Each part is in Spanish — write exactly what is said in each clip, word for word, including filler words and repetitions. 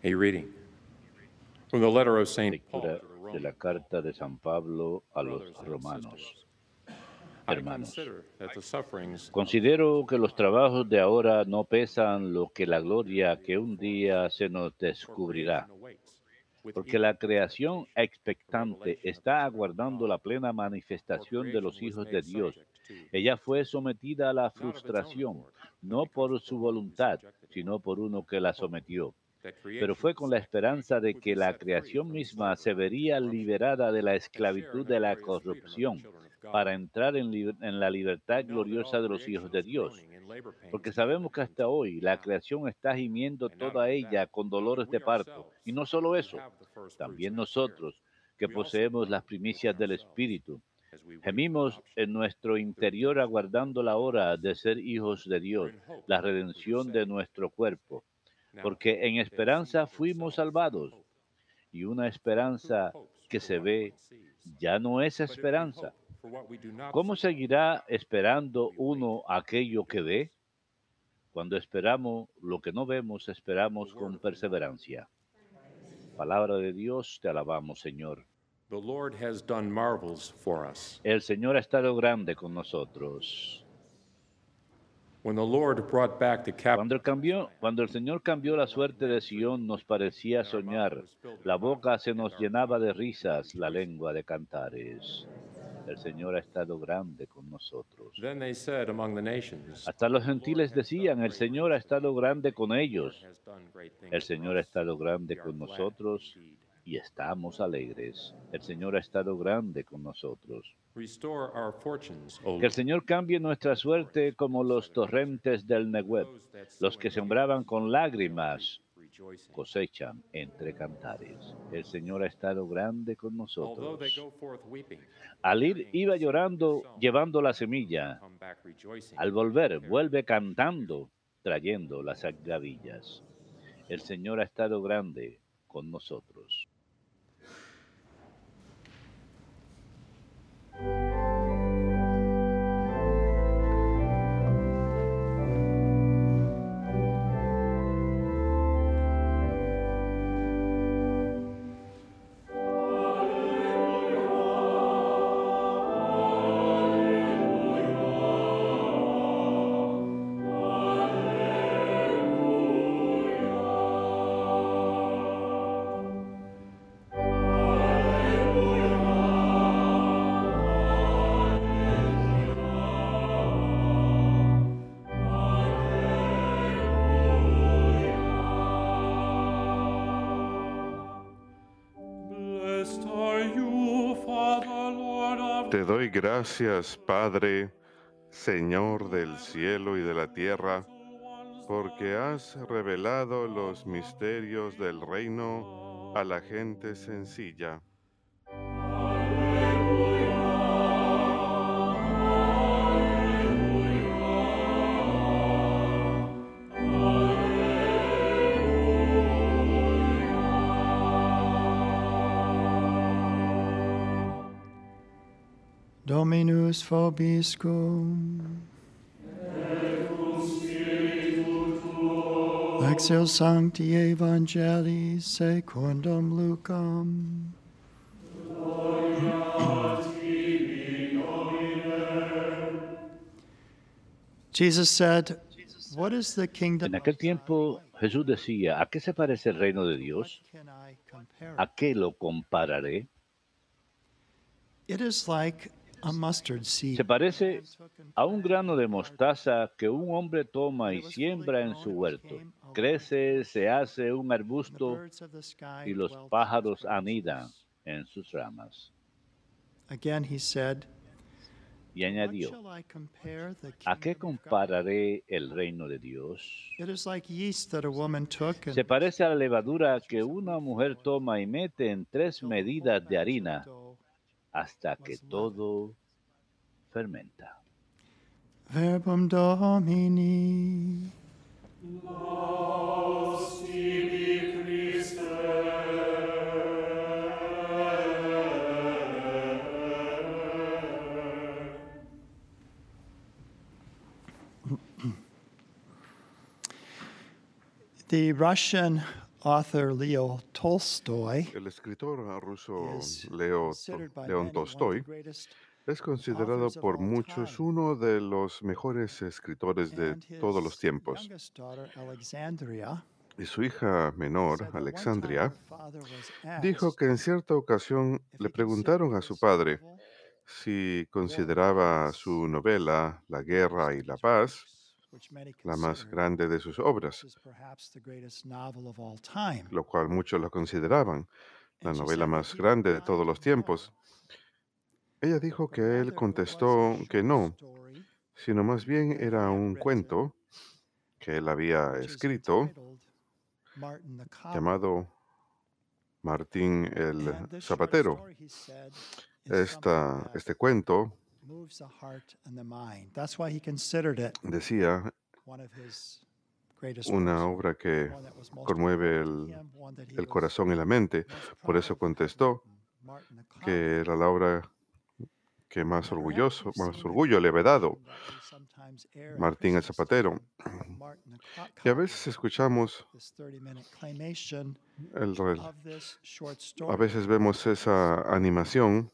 A reading from the letter of Saint Paul Lectura to the de la Romans. carta de San Pablo a los Brothers and romanos. sisters, I Hermanos, consider that the sufferings of considero que los trabajos de ahora no pesan lo que la gloria que un día se nos for descubrirá, creation awaits with porque eager la creación expectation the expectante revelation of the está children of aguardando God. la plena For manifestación de creation los was hijos de made Dios. subject to Ella fue sometida a la not of its own frustración, accord, but no because por of the su one who voluntad, subjected it, sino por uno que in la hope sometió. that Pero creation fue con la esperanza de would que be la set free creación from misma se slavery to vería corruption liberada de la and share in esclavitud the de la glorious freedom of the corrupción children of God. para entrar en, li- en la We libertad know that all gloriosa de los hijos creation de is Dios. groaning in labor Porque pains sabemos together que hasta until hoy la now. creación está gimiendo And not toda only ella that, con but dolores de we parto. ourselves, Y no solo who eso, have the first fruits también in the Spirit, nosotros, que we also poseemos las groan primicias within del ourselves Espíritu, as we wait for gemimos adoption, en nuestro the interior redemption aguardando la of our hora bodies. de ser hijos de For Dios, in hope la we were redención de saved. nuestro cuerpo. Now, Porque en they see esperanza for fuimos themselves in salvados, hope. y una For one who esperanza hopes que for se what ve one sees? ya no es But if we esperanza. hope for what we do not ¿Cómo see, seguirá esperando we wait uno aquello with que ve? endurance. Cuando esperamos lo que no vemos, The esperamos word con of the Lord. perseverancia. Palabra de Dios, te alabamos, Señor. The Lord has done marvels for us. El Señor ha estado grande con nosotros. When the Lord brought back the Cuando el, captives of cambió, Zion, cuando el Señor we cambió la were like suerte de men dreaming, Sión, nos parecía and our mouth soñar. was filled La with boca laughter, se and nos our llenaba tongue de with risas, la rejoicing. lengua de cantares. El Señor ha estado grande con nosotros. Then they said among the nations, Hasta los the Lord gentiles has done decían, el great Señor things ha for them. estado grande con The Lord ellos. has done great El things for Señor ha us. estado grande We are con glad nosotros indeed. y estamos alegres. El Señor ha estado grande con nosotros. Restore our fortunes, O Que el Lord, Señor cambie nuestra like torrents suerte como in the los sight of nature. torrentes del Negev. Those that Los sow que in sembraban tears con shall reap lágrimas rejoicing. cosechan entre cantares. El Señor ha estado grande con Although they nosotros. go forth weeping, Al ir carrying iba the seed llorando, sown, llevando la those shall semilla. come back rejoicing, Al volver, carrying vuelve the sheaves. cantando, trayendo las gavillas. El Señor ha estado grande con nosotros. Te doy gracias, Padre, Señor del cielo y de la tierra, porque has revelado los misterios del reino a la gente sencilla. Dominus vobiscum. Exil Sancti Evangelii secundum Lucam. Jesus said, "What is the kingdom En of aquel God? tiempo Jesús decía, ¿a qué se parece el reino de Dios? What can I compare ¿A it? qué lo compararé? It is like a mustard seed. Se parece a un grano de mostaza que un hombre toma y siembra en su huerto. Crece, se hace un And the arbusto birds of the sky y los dwell in its pájaros anidan branches." en sus ramas. Again he said, Y "To what añadió, shall I compare the ¿a qué kingdom of God? compararé el reino de Dios? It is like yeast that a woman took and Se parece a la levadura que una mujer toma y mete en tres till the whole medidas de batch of harina dough hasta que was leavened." todo fermenta. Verbum Domini. The Russian author Leo Tolstoy El escritor ruso is Leo, considered by León many one of the Tolstoy greatest es considerado authors of por all muchos time. uno de los mejores escritores de And todos los his tiempos. youngest daughter, Alexandria, Y su hija menor, said that one time Alexandria, her father was dijo asked que en cierta ocasión if le he considered preguntaron a su his padre novel si War and consideraba Peace, su the novela La Guerra y greatest of la his Paz works, which many la más considered grande de sus this obras, is perhaps the greatest novel of all time. lo cual muchos la consideraban la And she novela said that más he grande de todos replied, los no, tiempos. Ella dijo but que él rather it was a contestó que short no, story sino más bien that he era had un written, cuento que él había which is escrito entitled Martin the Cobbler. llamado Martín el And this short Zapatero. story, he said, is something Esta, that este cuento moves the heart and the mind. That's why he considered it decía one of his greatest una works, obra que one that was most conmueve important to el, him, one that he el was corazón y la mente. most Por proud eso of having contestó written, Martin the que Cobbler. era la obra que más Now, perhaps orgulloso, you've más seen the orgullo le había dado, connotation that we sometimes air at Martín el Christmas Zapatero. time, Martin the Co- Y a Cobbler, veces escuchamos, this thirty-minute claymation el, rel- of this short a story. veces vemos esa animación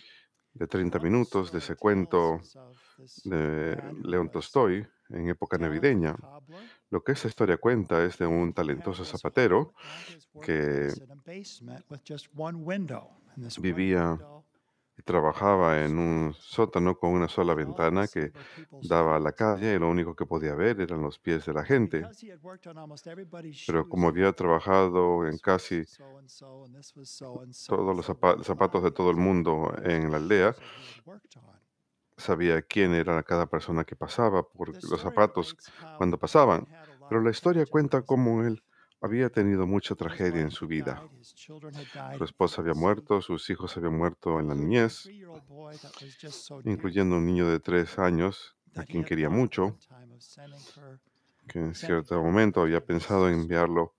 de And treinta what this minutos de story ese tells cuento is of this de man who León was Tolstoy en época talented navideña. cobbler. Lo que esta historia cuenta es de un And he had talentoso his zapatero home and his que workplace in a basement with just one window. And this one vivía window y trabajaba en un sótano con una sola could only ventana see que where people's daba a la feet. calle y lo único que podía ver eran los pies de la And gente. because he had worked on almost everybody's Pero shoes, como he había could tell trabajado en this was casi so and so and this was so and so. todos And los so zapa- when zapatos de by, todo el he could mundo recognize en la the aldea, shoes that he had worked on. sabía quién era cada persona que pasaba por The los story zapatos relates how cuando Martin pasaban. had a lot Pero of la historia tragedy in cuenta his cómo life. él había tenido mucha His tragedia en wife su had vida. died, his children had died Su in esposa había infancy, muerto, sus hijos habían muerto en la including a niñez, three-year-old boy that was just so dear to incluyendo un him niño de tres años a that he quien had quería thought at mucho, one time of sending her, que en sending cierto him momento to había his pensado en sister enviarlo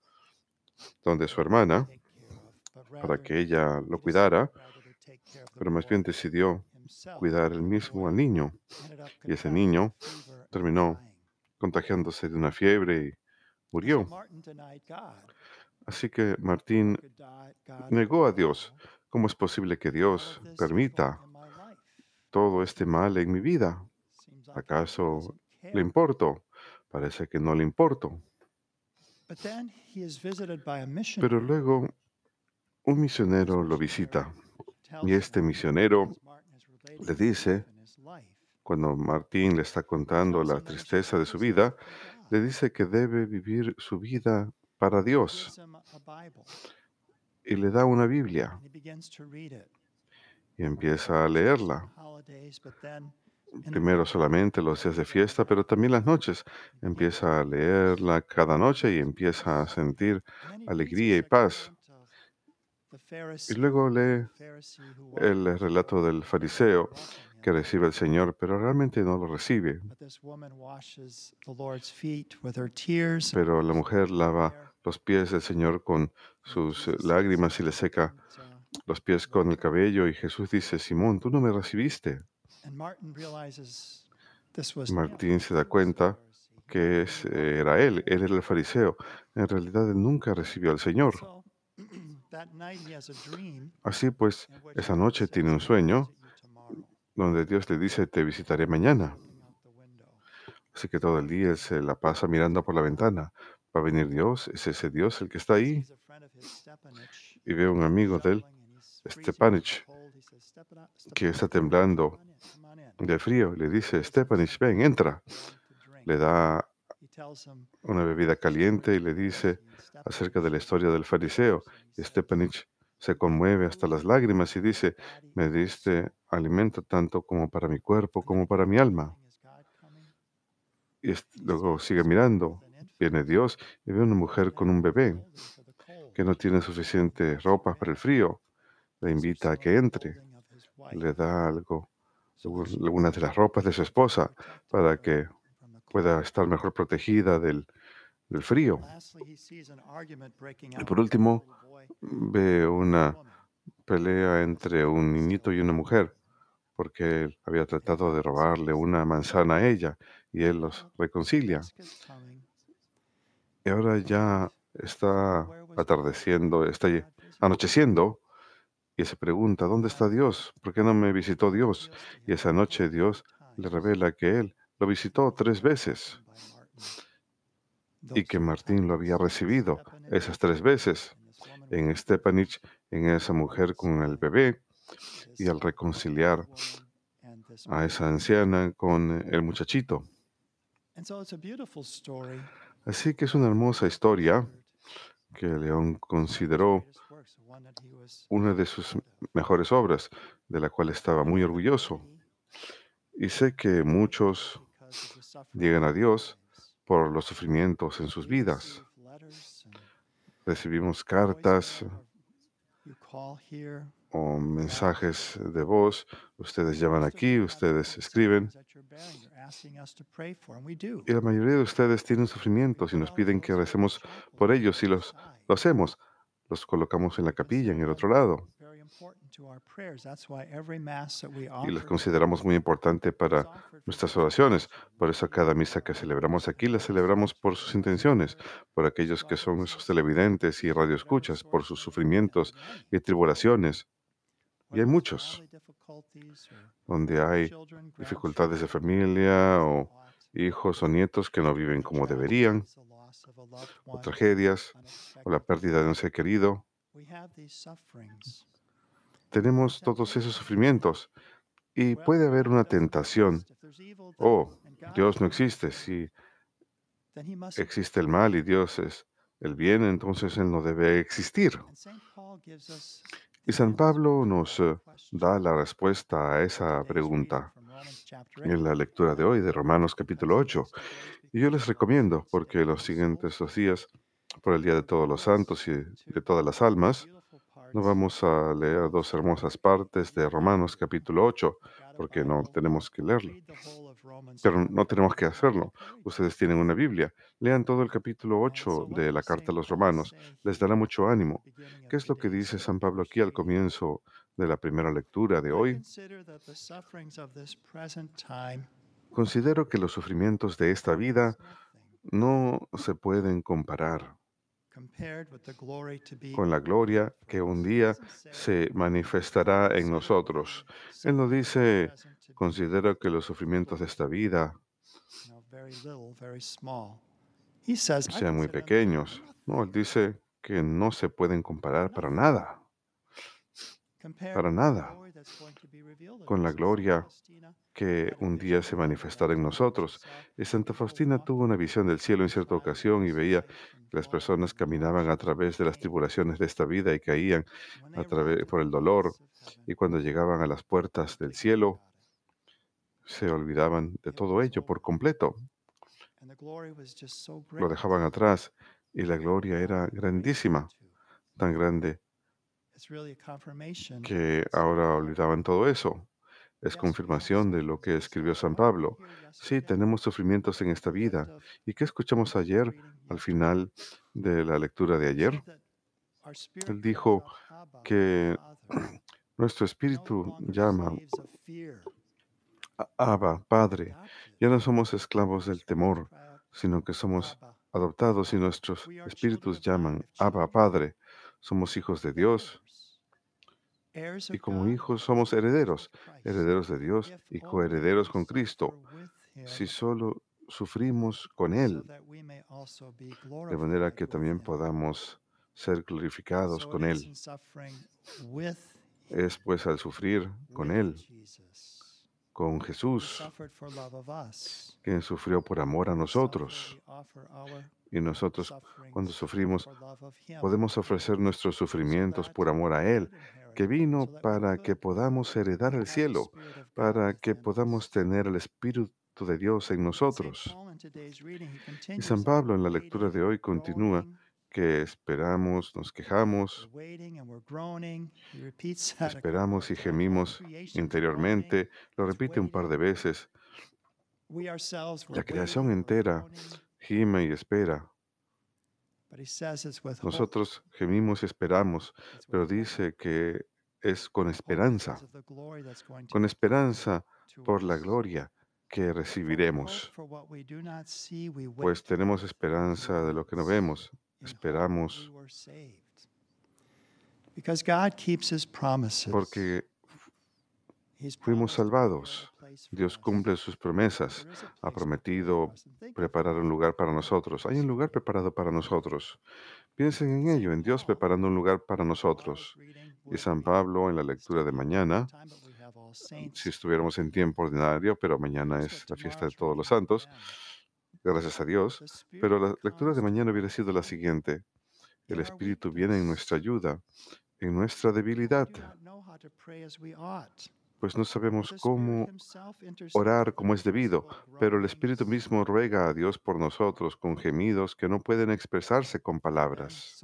donde for su her to hermana take care of, but para rather que ella lo he cuidara, decided rather to take care of the pero más bien boy decidió himself. cuidar él And the mismo boy al niño. ended up Y ese contracting a niño fever and terminó dying. contagiándose de una fiebre y And so murió. Martin denied God. Así que How Martín could di- God negó a allow Dios. ¿Cómo es posible que all Dios of this evil permita in my life? todo este mal en mi vida? Seems like he ¿Acaso doesn't le care. importo? Parece que no le importo. But then he is visited by a missionary. Pero luego un This misionero lo missionary visita tells y este him, misionero as Martin is relating le his dice, grief in his life, cuando Martín le está contando tells la him that he should tristeza de live su his vida, life for God. le dice que debe vivir su vida para He Dios gives him a Bible, y le da una Biblia and he begins to read it. y empieza a leerla. Holidays, but then in the Primero winter, solamente los días de fiesta, pero también las noches. Empieza a leerla cada noche y empieza a sentir and then he reads alegría his y paz. account of the Y Pharisee, luego lee the Pharisee who el welcomes relato del him, fariseo welcome que him. recibe al Señor, pero realmente no lo recibe. But this woman washes the Lord's feet with her tears. Pero la mujer lava There, los pies del Señor con and sus eh, Jesus lágrimas y le says, seca "You didn't, uh, los pies con el welcome me." cabello. Y Jesús dice, Simón, tú no me recibiste. And Martin realizes this was Martín se him. da He was the cuenta Pharisee. He que had es, been eh, welcomed era él, by él era el fariseo. En realidad él nunca recibió al And Señor. so, that night he has a dream Así pues, in which esa God noche says, tiene un "I will sueño visit you tomorrow." donde Dios le dice, te visitaré mañana. Looking out the window. Así que todo el día él se la pasa mirando por la ventana. ¿Va a venir Dios? ¿Es ese Dios el que está ahí? Sees a friend of his, Stepanich, Y ve a un amigo de él, shoveling, and he's freezing with Stepanich, the cold. He says, "Stepana- que está Stepanich, temblando come on in, come on in." de frío. Le dice, Gives him Stepanich, something ven, entra. warm to drink. Le da He tells him una bebida the story caliente y of le the dice Pharisee, and acerca de la Stepanich historia del fariseo. tears, and he Y says, Stepanich se conmueve hasta las lágrimas y dice, me diste alimento tanto como para mi cuerpo como para mi alma. Y es- luego sigue mirando. Viene Dios y ve una mujer con un bebé que no tiene suficiente ropa para el frío. Le invita a que entre. Le da algo, algún- algunas de las ropas de su esposa para que pueda estar mejor protegida del, del frío. Y por último, ve una pelea entre un niñito y una mujer, porque él había tratado de robarle una manzana a ella y él los reconcilia. Y ahora ya está atardeciendo, está lle- anocheciendo, y se pregunta, ¿dónde está Dios? ¿Por qué no me visitó Dios? Y esa noche Dios le revela que Él lo visitó tres veces y que Martín lo había recibido esas tres veces en Stepanich, en esa mujer con el bebé, y al reconciliar a esa anciana con el muchachito. Así que es una hermosa historia que León consideró una de sus mejores obras, de la cual estaba muy orgulloso. Y sé que muchos llegan a Dios por los sufrimientos en sus vidas. Recibimos cartas o mensajes de voz. Ustedes llaman aquí, ustedes escriben. Y la mayoría de ustedes tienen sufrimientos y nos piden que recemos por ellos y los lo hacemos. Los colocamos en la capilla, en el otro lado. Y los consideramos muy importante para nuestras oraciones. Por eso cada misa que celebramos aquí la celebramos por sus intenciones, por aquellos que son nuestros televidentes y radioescuchas, por sus sufrimientos y tribulaciones. Y hay muchos, donde hay dificultades de familia o hijos o nietos que no viven como deberían, o tragedias, o la pérdida de un ser querido. Tenemos todos esos sufrimientos y puede haber una tentación. Oh, Dios no existe. Si existe el mal y Dios es el bien, entonces Él no debe existir. Y San Pablo nos eh, da la respuesta a esa pregunta en la lectura de hoy de Romanos capítulo ocho. Y yo les recomiendo, porque los siguientes dos días, por el Día de Todos los Santos y de todas las almas, nos vamos a leer dos hermosas partes de Romanos capítulo ocho, porque no tenemos que leerlo, pero no tenemos que hacerlo. Ustedes tienen una Biblia. Lean todo el capítulo ocho de la carta a los Romanos. Les dará mucho ánimo. ¿Qué es lo que dice San Pablo aquí al comienzo de la primera lectura de hoy? Considero que los sufrimientos de esta vida no se pueden comparar con la gloria que un día se manifestará en nosotros. Él nos dice, considero que los sufrimientos de esta vida sean muy pequeños. No, él dice que no se pueden comparar para nada, para nada, con la gloria que un día se manifestará en nosotros. Y Santa Faustina tuvo una visión del cielo en cierta ocasión y veía que las personas caminaban a través de las tribulaciones de esta vida y caían a través por el dolor. Y cuando llegaban a las puertas del cielo, se olvidaban de todo ello por completo. Lo dejaban atrás y la gloria era grandísima, tan grande que ahora olvidaban todo eso. Es confirmación de lo que escribió San Pablo. Sí, tenemos sufrimientos en esta vida. ¿Y qué escuchamos ayer al final de la lectura de ayer? Él dijo que nuestro espíritu llama, "A- Abba, Padre". Ya no somos esclavos del temor, sino que somos adoptados y nuestros espíritus llaman, Abba, Padre. Somos hijos de Dios. Y como hijos somos herederos, herederos de Dios y coherederos con Cristo, si solo sufrimos con Él, de manera que también podamos ser glorificados con Él. Es pues al sufrir con Él, con Jesús, quien sufrió por amor a nosotros. Y nosotros, cuando sufrimos, podemos ofrecer nuestros sufrimientos por amor a Él, que vino para que podamos heredar el cielo, para que podamos tener el Espíritu de Dios en nosotros. Y San Pablo en la lectura de hoy continúa que esperamos, nos quejamos, esperamos y gemimos interiormente. Lo repite un par de veces. La creación entera gime y espera. Nosotros gemimos y esperamos, pero dice que es con esperanza, con esperanza por la gloria que recibiremos, pues tenemos esperanza de lo que no vemos, esperamos Because God keeps his promises. porque He's fuimos promised to prepare a salvados. place for Dios us. cumple sus promesas. There is a Ha place prepared for prometido us. And think of preparar un lugar para nosotros. Hay un lugar preparado para nosotros. Piensen en ello, en Dios preparando un lugar para nosotros. Y San Pablo en la lectura de mañana, si estuviéramos en tiempo ordinario, pero mañana es la fiesta de todos los santos, gracias a Dios, pero la lectura de mañana hubiera sido la siguiente. El Espíritu viene en nuestra ayuda, en nuestra debilidad, pues no sabemos cómo orar como es debido, pero el Espíritu mismo ruega a Dios por nosotros con gemidos que no pueden expresarse con palabras.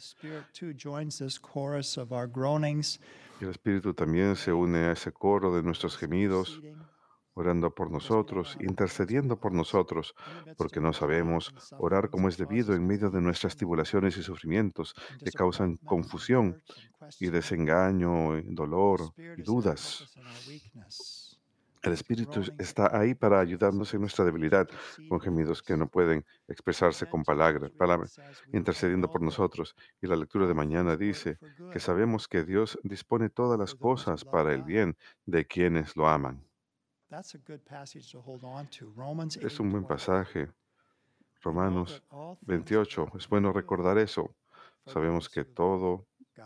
Y el Espíritu también se une a ese coro de nuestros gemidos, orando por nosotros, intercediendo por nosotros, porque no sabemos orar como es debido en medio de nuestras tribulaciones y sufrimientos que causan confusión y desengaño, y dolor y dudas. El Espíritu está ahí para ayudarnos en nuestra debilidad, con gemidos que no pueden expresarse con palabras, palabras, intercediendo por nosotros. Y la lectura de mañana dice que sabemos que Dios dispone todas las cosas para el bien de quienes lo aman. Es un buen pasaje. Romanos veintiocho. Es bueno recordar eso. Sabemos que todo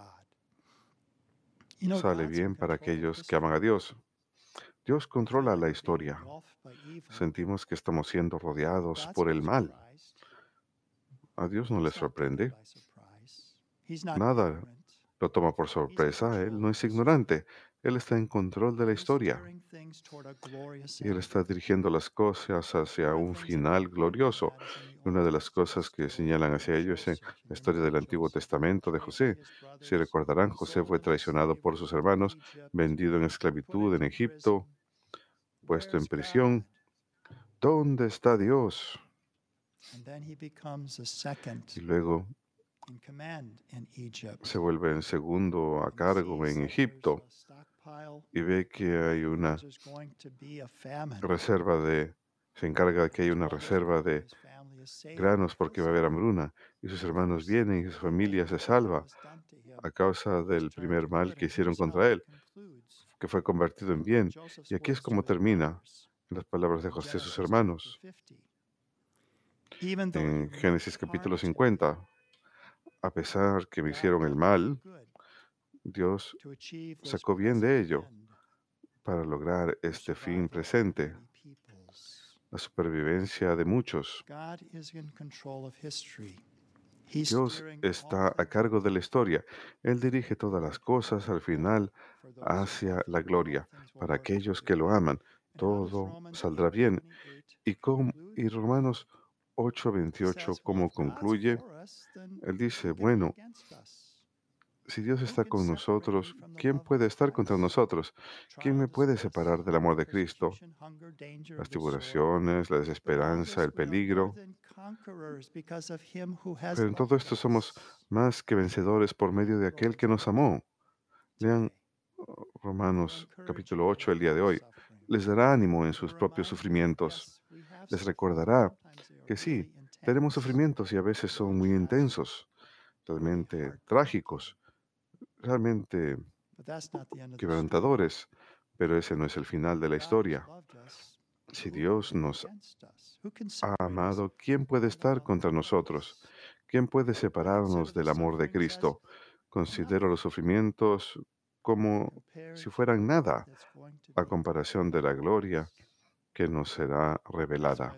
sale bien para aquellos que aman a Dios. Dios controla la historia. Sentimos que estamos siendo rodeados por el mal. A Dios no le sorprende. Nada lo toma por sorpresa. Él no es ignorante. Él está en control de la historia. Y Él está dirigiendo las cosas hacia un final glorioso. Una de las cosas que señalan hacia ello es en la historia del Antiguo Testamento de José. Si recordarán, José fue traicionado por sus hermanos, vendido en esclavitud en Egipto, puesto en prisión. ¿Dónde está Dios? Y luego se vuelve en segundo a cargo en Egipto y ve que hay una reserva de, se encarga de que hay una reserva de granos porque va a haber hambruna y sus hermanos vienen y su familia se salva a causa del primer mal que hicieron contra él, que fue convertido en bien. Y aquí es como termina en las palabras de José a sus hermanos. En Génesis capítulo cincuenta, a pesar que me hicieron el mal, Dios sacó bien de ello para lograr este fin presente, la supervivencia de muchos. Dios está a cargo de la historia. Él dirige todas las cosas al final hacia la gloria. Para aquellos que lo aman, todo saldrá bien. Y, con, y Romanos ocho veintiocho, ¿cómo concluye? Él dice, bueno, si Dios está con nosotros, ¿quién puede estar contra nosotros? ¿Quién me puede separar del amor de Cristo? Las tribulaciones, la desesperanza, el peligro. Pero en todo esto somos más que vencedores por medio de aquel que nos amó. Lean oh, Romanos capítulo ocho el día de hoy. Les dará ánimo en sus propios sufrimientos. Les recordará que sí, tenemos sufrimientos y a veces son muy intensos, realmente trágicos, realmente quebrantadores, pero ese no es el final de la historia. Si Dios nos ha amado, ¿quién puede estar contra nosotros? ¿Quién puede separarnos del amor de Cristo? Considero los sufrimientos como si fueran nada a comparación de la gloria que nos será revelada.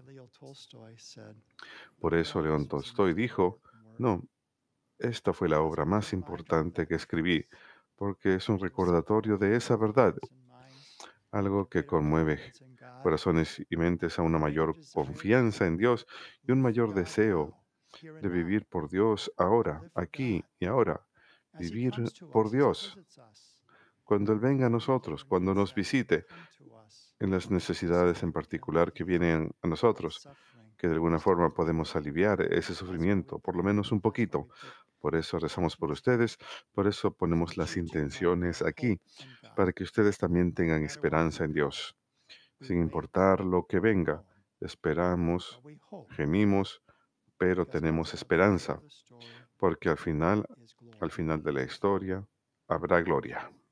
Por eso León Tolstoy dijo, no, esta fue la obra más importante que escribí, porque es un recordatorio de esa verdad, algo que conmueve corazones y mentes a una mayor confianza en Dios y un mayor deseo de vivir por Dios ahora, aquí y ahora. Vivir por Dios. Cuando Él venga a nosotros, cuando nos visite en las necesidades en particular que vienen a nosotros, que de alguna forma podemos aliviar ese sufrimiento, por lo menos un poquito. Por eso rezamos por ustedes, por eso ponemos las intenciones aquí, para que ustedes también tengan esperanza en Dios. Sin importar lo que venga, esperamos, gemimos, pero tenemos esperanza, porque al final, al final de la historia, habrá gloria.